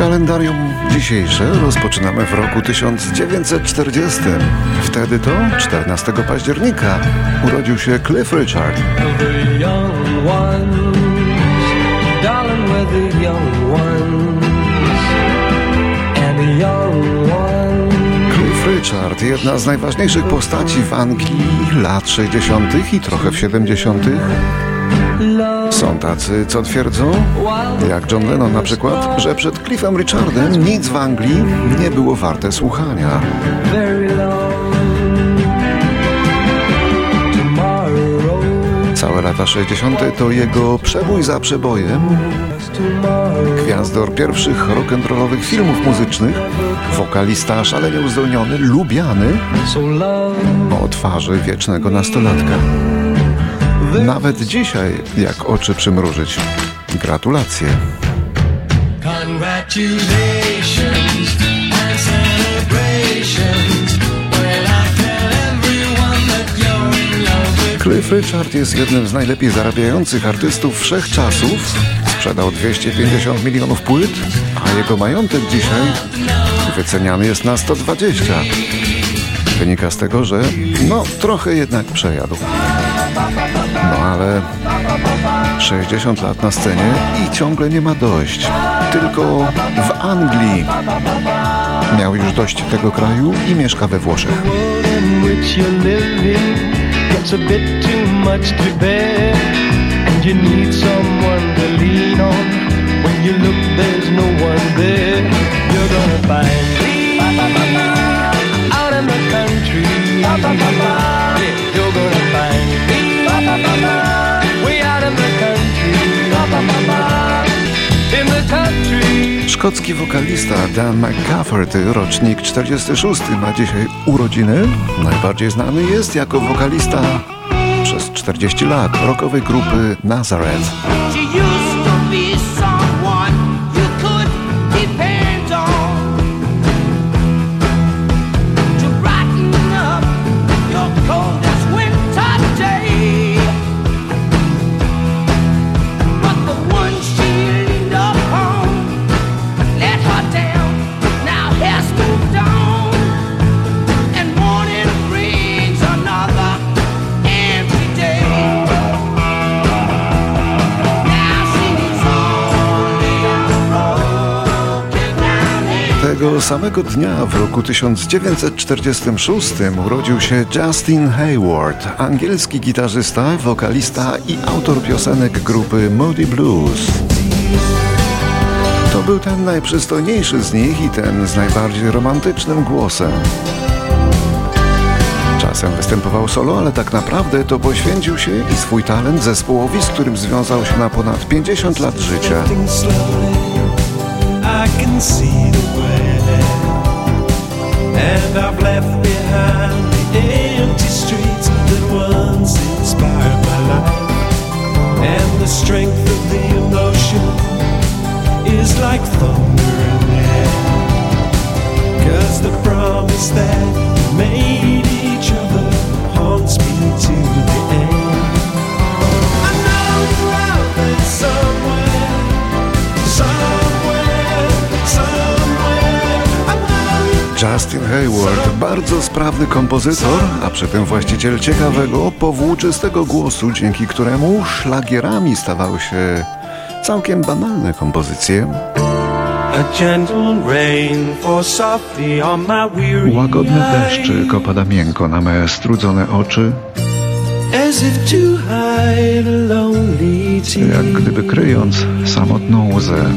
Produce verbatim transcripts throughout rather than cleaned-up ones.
Kalendarium dzisiejsze rozpoczynamy w roku tysiąc dziewięćset czterdziestym. Wtedy to czternastego października urodził się Cliff Richard. Cliff Richard, jedna z najważniejszych postaci w Anglii lat sześćdziesiątych i trochę w siedemdziesiątych. Są tacy, co twierdzą, jak John Lennon na przykład, że przed Cliffem Richardem nic w Anglii nie było warte słuchania. Całe lata sześćdziesiąte to jego przebój za przebojem, gwiazdor pierwszych rock'n'rollowych filmów muzycznych, wokalista szalenie uzdolniony, lubiany, o twarzy wiecznego nastolatka. Nawet dzisiaj, jak oczy przymrużyć. Gratulacje. Cliff Richard jest jednym z najlepiej zarabiających artystów wszechczasów. Sprzedał dwieście pięćdziesiąt milionów płyt, a jego majątek dzisiaj wyceniany jest na sto dwadzieścia. Wynika z tego, że no trochę jednak przejadł. No ale sześćdziesiąt lat na scenie i ciągle nie ma dość. Tylko w Anglii miał już dość tego kraju i mieszka we Włoszech. Szkocki wokalista Dan McCafferty, rocznik czterdziesty szósty, ma dzisiaj urodziny. Najbardziej znany jest jako wokalista przez czterdzieści lat rockowej grupy Nazareth. Tego samego dnia w roku tysiąc dziewięćset czterdziestym szóstym urodził się Justin Hayward, angielski gitarzysta, wokalista i autor piosenek grupy Moody Blues. To był ten najprzystojniejszy z nich i ten z najbardziej romantycznym głosem. Czasem występował solo, ale tak naprawdę to poświęcił się i swój talent zespołowi, z którym związał się na ponad pięćdziesiąt lat życia. I can see the way, and I've left behind the empty streets that once inspired my life, and the strength of the emotion is like thunder in the air, 'cause the promise that we made each other haunts me to the end. I know you're out there somewhere, somewhere. Justin Hayward, bardzo sprawny kompozytor, a przy tym właściciel ciekawego, powłóczystego głosu, dzięki któremu szlagierami stawały się całkiem banalne kompozycje. Łagodny deszczyk opada miękko na me strudzone oczy, jak gdyby kryjąc samotną łzę.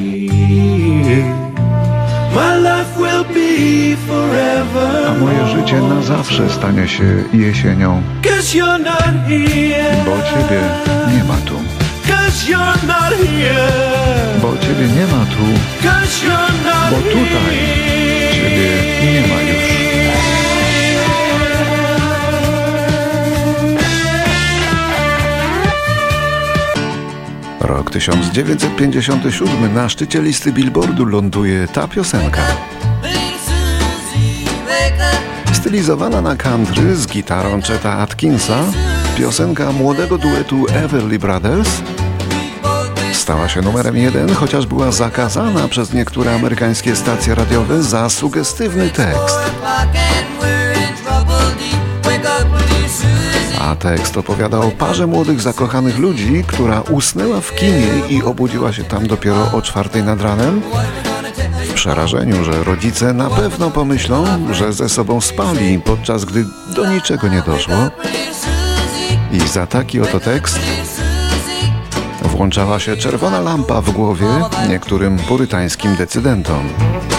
A moje życie na zawsze stanie się jesienią, bo Ciebie nie ma tu. Bo Ciebie nie ma tu, bo tutaj Ciebie nie ma już. Rok tysiąc dziewięćset pięćdziesiąty siódmy, na szczycie listy Billboardu ląduje ta piosenka. Stylizowana na country z gitarą Cheta Atkinsa, piosenka młodego duetu Everly Brothers Stała się numerem jeden, chociaż była zakazana przez niektóre amerykańskie stacje radiowe za sugestywny tekst. A tekst opowiada o parze młodych, zakochanych ludzi, która usnęła w kinie i obudziła się tam dopiero o czwartej nad ranem. W przerażeniu, że rodzice na pewno pomyślą, że ze sobą spali, podczas gdy do niczego nie doszło. I za taki oto tekst włączała się czerwona lampa w głowie niektórym purytańskim decydentom.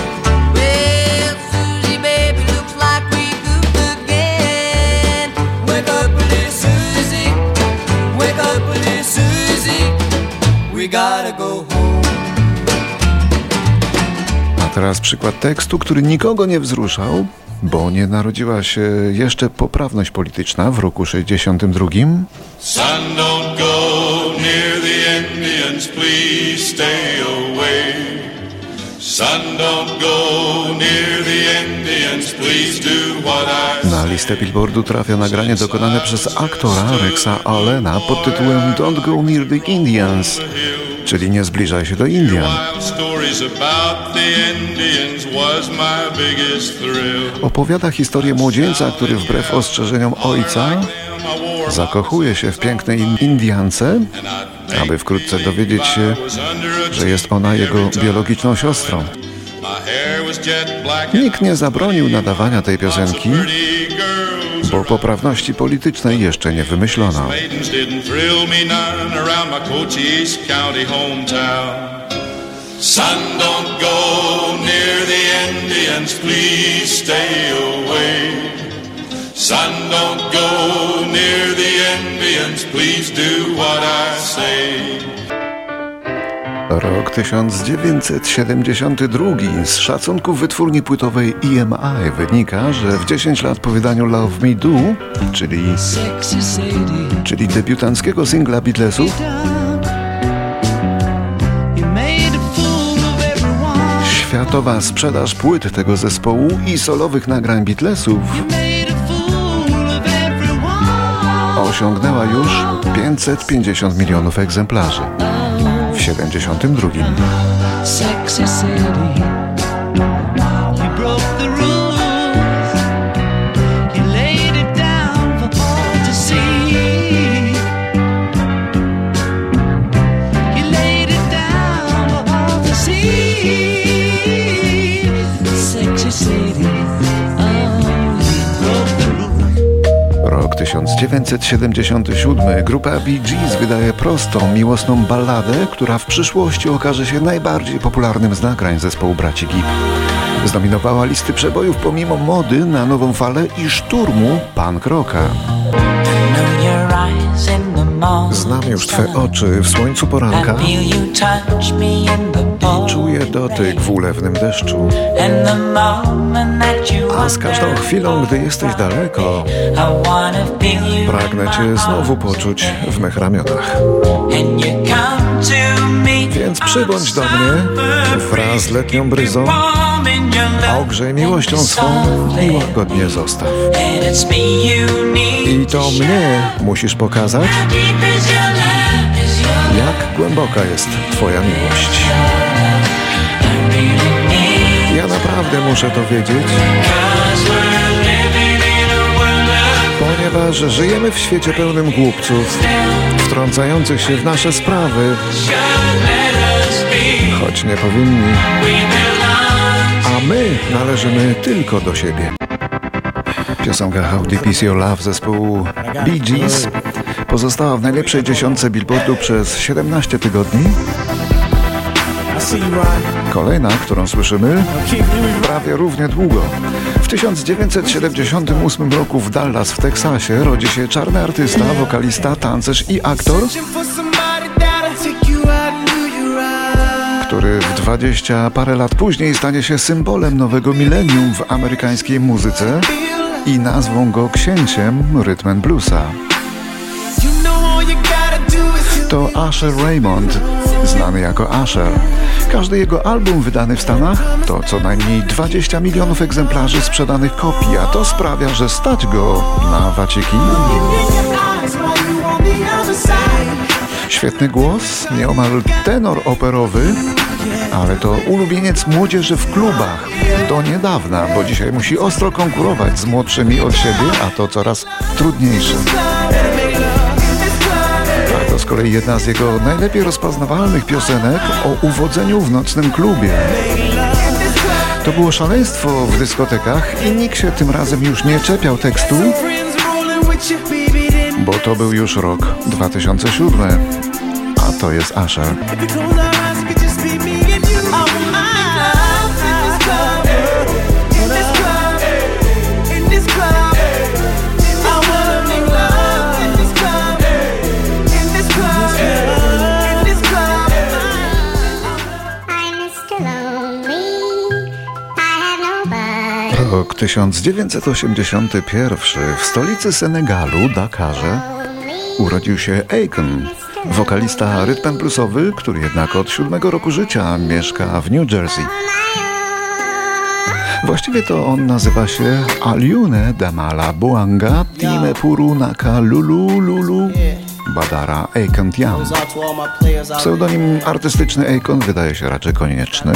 A teraz przykład tekstu, który nikogo nie wzruszał, bo nie narodziła się jeszcze poprawność polityczna w roku sześćdziesiątym drugim. Son, don't go near the Indians, please stay away. Son, don't go near the Indians, please do what I say. Na listę Billboardu trafia nagranie dokonane przez aktora Rexa Allena pod tytułem Don't go near the Indians, czyli nie zbliżaj się do Indian. Opowiada historię młodzieńca, który wbrew ostrzeżeniom ojca zakochuje się w pięknej Indiance, aby wkrótce dowiedzieć się, że jest ona jego biologiczną siostrą. Nikt nie zabronił nadawania tej piosenki, bo poprawności politycznej jeszcze nie wymyślono. Son, don't go near the Indians, please stay away. Son, don't go near the Indians, please do what I say. Rok tysiąc dziewięćset siedemdziesiąty drugi. Z szacunków wytwórni płytowej E M I wynika, że w dziesięć lat po wydaniu Love Me Do, czyli, czyli debiutanckiego singla Beatlesów, światowa sprzedaż płyt tego zespołu i solowych nagrań Beatlesów osiągnęła już pięćset pięćdziesiąt milionów egzemplarzy w siedemdziesiątym drugim. Rok tysiąc dziewięćset siedemdziesiąty siódmy. Grupa Bee Gees wydaje prostą, miłosną balladę, która w przyszłości okaże się najbardziej popularnym z nagrań zespołu braci Gibb. Zdominowała listy przebojów pomimo mody na nową falę i szturmu punk rocka. Znam już Twe oczy w słońcu poranka i czuję dotyk w ulewnym deszczu. A z każdą chwilą, gdy jesteś daleko, pragnę Cię znowu poczuć w mych ramionach. Więc przybądź do mnie wraz z letnią bryzą, ogrzej miłością swą i łagodnie zostaw. I to mnie musisz pokazać, jak głęboka jest Twoja miłość. Ja naprawdę muszę to wiedzieć, ponieważ żyjemy w świecie pełnym głupców, wtrącających się w nasze sprawy, choć nie powinni, a my należymy tylko do siebie. Piosenka How Deep Is Your Love zespołu Bee Gees pozostała w najlepszej dziesiątce Billboardu przez siedemnaście tygodni. Kolejna, którą słyszymy, prawie równie długo. W tysiąc dziewięćset siedemdziesiątym ósmym roku w Dallas w Teksasie rodzi się czarny artysta, wokalista, tancerz i aktor, który w dwadzieścia parę lat później stanie się symbolem nowego milenium w amerykańskiej muzyce i nazwą go księciem rhythm and bluesa. To Usher Raymond, znany jako Usher. Każdy jego album wydany w Stanach to co najmniej dwadzieścia milionów egzemplarzy sprzedanych kopii, a to sprawia, że stać go na waciki. Świetny głos, nieomal tenor operowy, ale to ulubieniec młodzieży w klubach. Do niedawna, bo dzisiaj musi ostro konkurować z młodszymi od siebie, a to coraz trudniejsze. A to z kolei jedna z jego najlepiej rozpoznawalnych piosenek o uwodzeniu w nocnym klubie. To było szaleństwo w dyskotekach i nikt się tym razem już nie czepiał tekstu, bo to był już rok dwa tysiące siódmy, a to jest Usher. Rok tysiąc dziewięćset osiemdziesiąty pierwszy. W stolicy Senegalu, Dakarze, urodził się Akon, wokalista rytm and bluesowy, który jednak od siódmego roku życia mieszka w New Jersey. Właściwie to on nazywa się Aliune Damala Buanga Time Puru Naka Lulu Lulu Badara Akon Tiam. Pseudonim artystyczny Akon wydaje się raczej konieczny.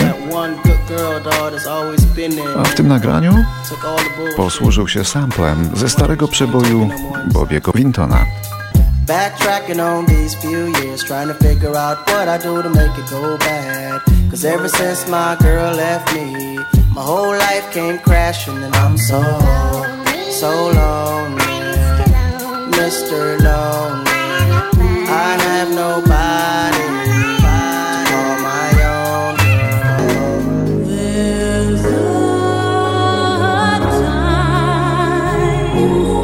A w tym nagraniu posłużył się samplem ze starego przeboju Bobiego Wintona. Backtracking on these few years, trying to figure out what I do to make it go bad. Cause ever since my girl left me, my whole life came crashing and I'm so, so lonely, Mister Lonely. I have nobody to call my own girl. There's a time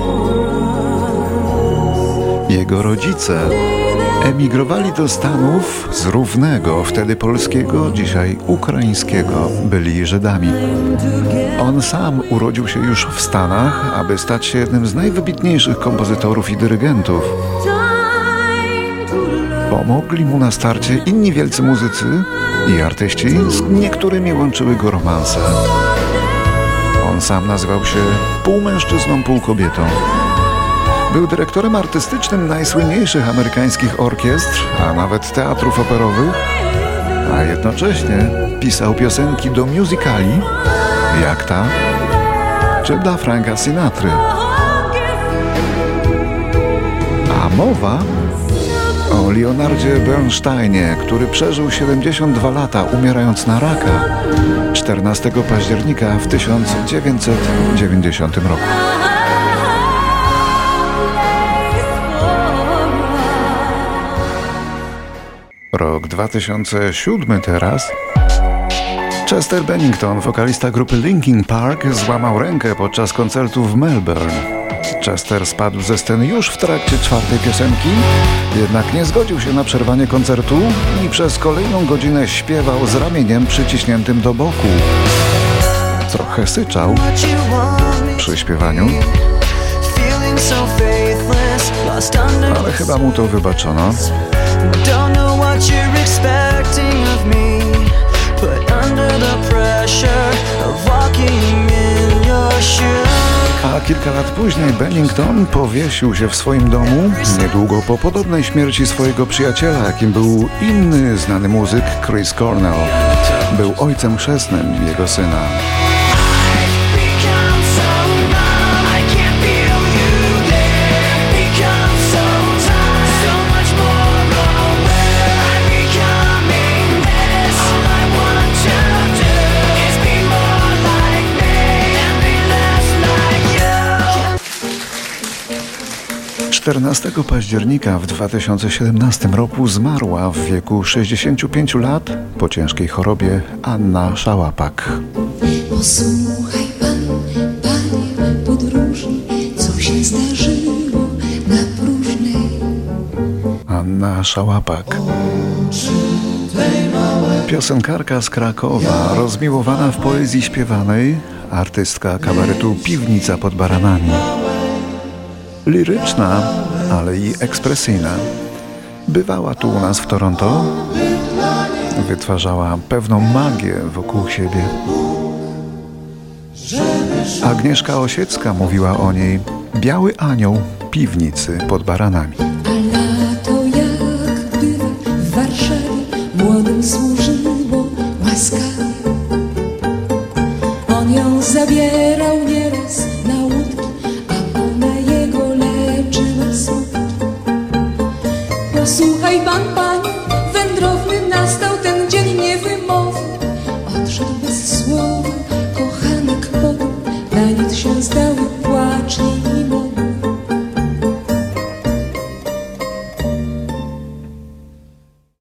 for Jego rodzice emigrowali do Stanów z równego, wtedy polskiego, dzisiaj ukraińskiego. Byli Żydami. On sam urodził się już w Stanach, aby stać się jednym z najwybitniejszych kompozytorów i dyrygentów. Pomogli mu na starcie inni wielcy muzycy i artyści, z niektórymi łączyły go romanse. On sam nazywał się pół mężczyzną, pół kobietą. Był dyrektorem artystycznym najsłynniejszych amerykańskich orkiestr, a nawet teatrów operowych, a jednocześnie pisał piosenki do musicali, jak ta, czy dla Franka Sinatry. A mowa o Leonardzie Bernsteinie, który przeżył siedemdziesiąt dwa lata, umierając na raka czternastego października w tysiąc dziewięćset dziewięćdziesiątym roku. Rok dwa tysiące siódmy teraz. Chester Bennington, wokalista grupy Linkin Park, złamał rękę podczas koncertu w Melbourne. Chester spadł ze sceny już w trakcie czwartej piosenki, jednak nie zgodził się na przerwanie koncertu i przez kolejną godzinę śpiewał z ramieniem przyciśniętym do boku. Trochę syczał przy śpiewaniu, ale chyba mu to wybaczono. A kilka lat później Bennington powiesił się w swoim domu, niedługo po podobnej śmierci swojego przyjaciela, jakim był inny znany muzyk Chris Cornell. Był ojcem chrzestnym jego syna. czternastego października w dwa tysiące siedemnastym roku zmarła w wieku sześćdziesięciu pięciu lat po ciężkiej chorobie Anna Szałapak. Posłuchaj pan, panie podróżni, co się zdarzyło na próżnej. Anna Szałapak. Piosenkarka z Krakowa, rozmiłowana w poezji śpiewanej, artystka kabaretu Piwnica pod Baranami. Liryczna, ale i ekspresyjna. Bywała tu u nas w Toronto. Wytwarzała pewną magię wokół siebie. Agnieszka Osiecka mówiła o niej: biały anioł piwnicy pod Baranami. A lato jakby ją zabierał nieraz na łódki, a ona jego leczyła smutki. Posłuchaj pan, panie, wędrowny, nastał ten dzień niewymowny. Odszedł bez słowa, kochanek potem, na nic się zdały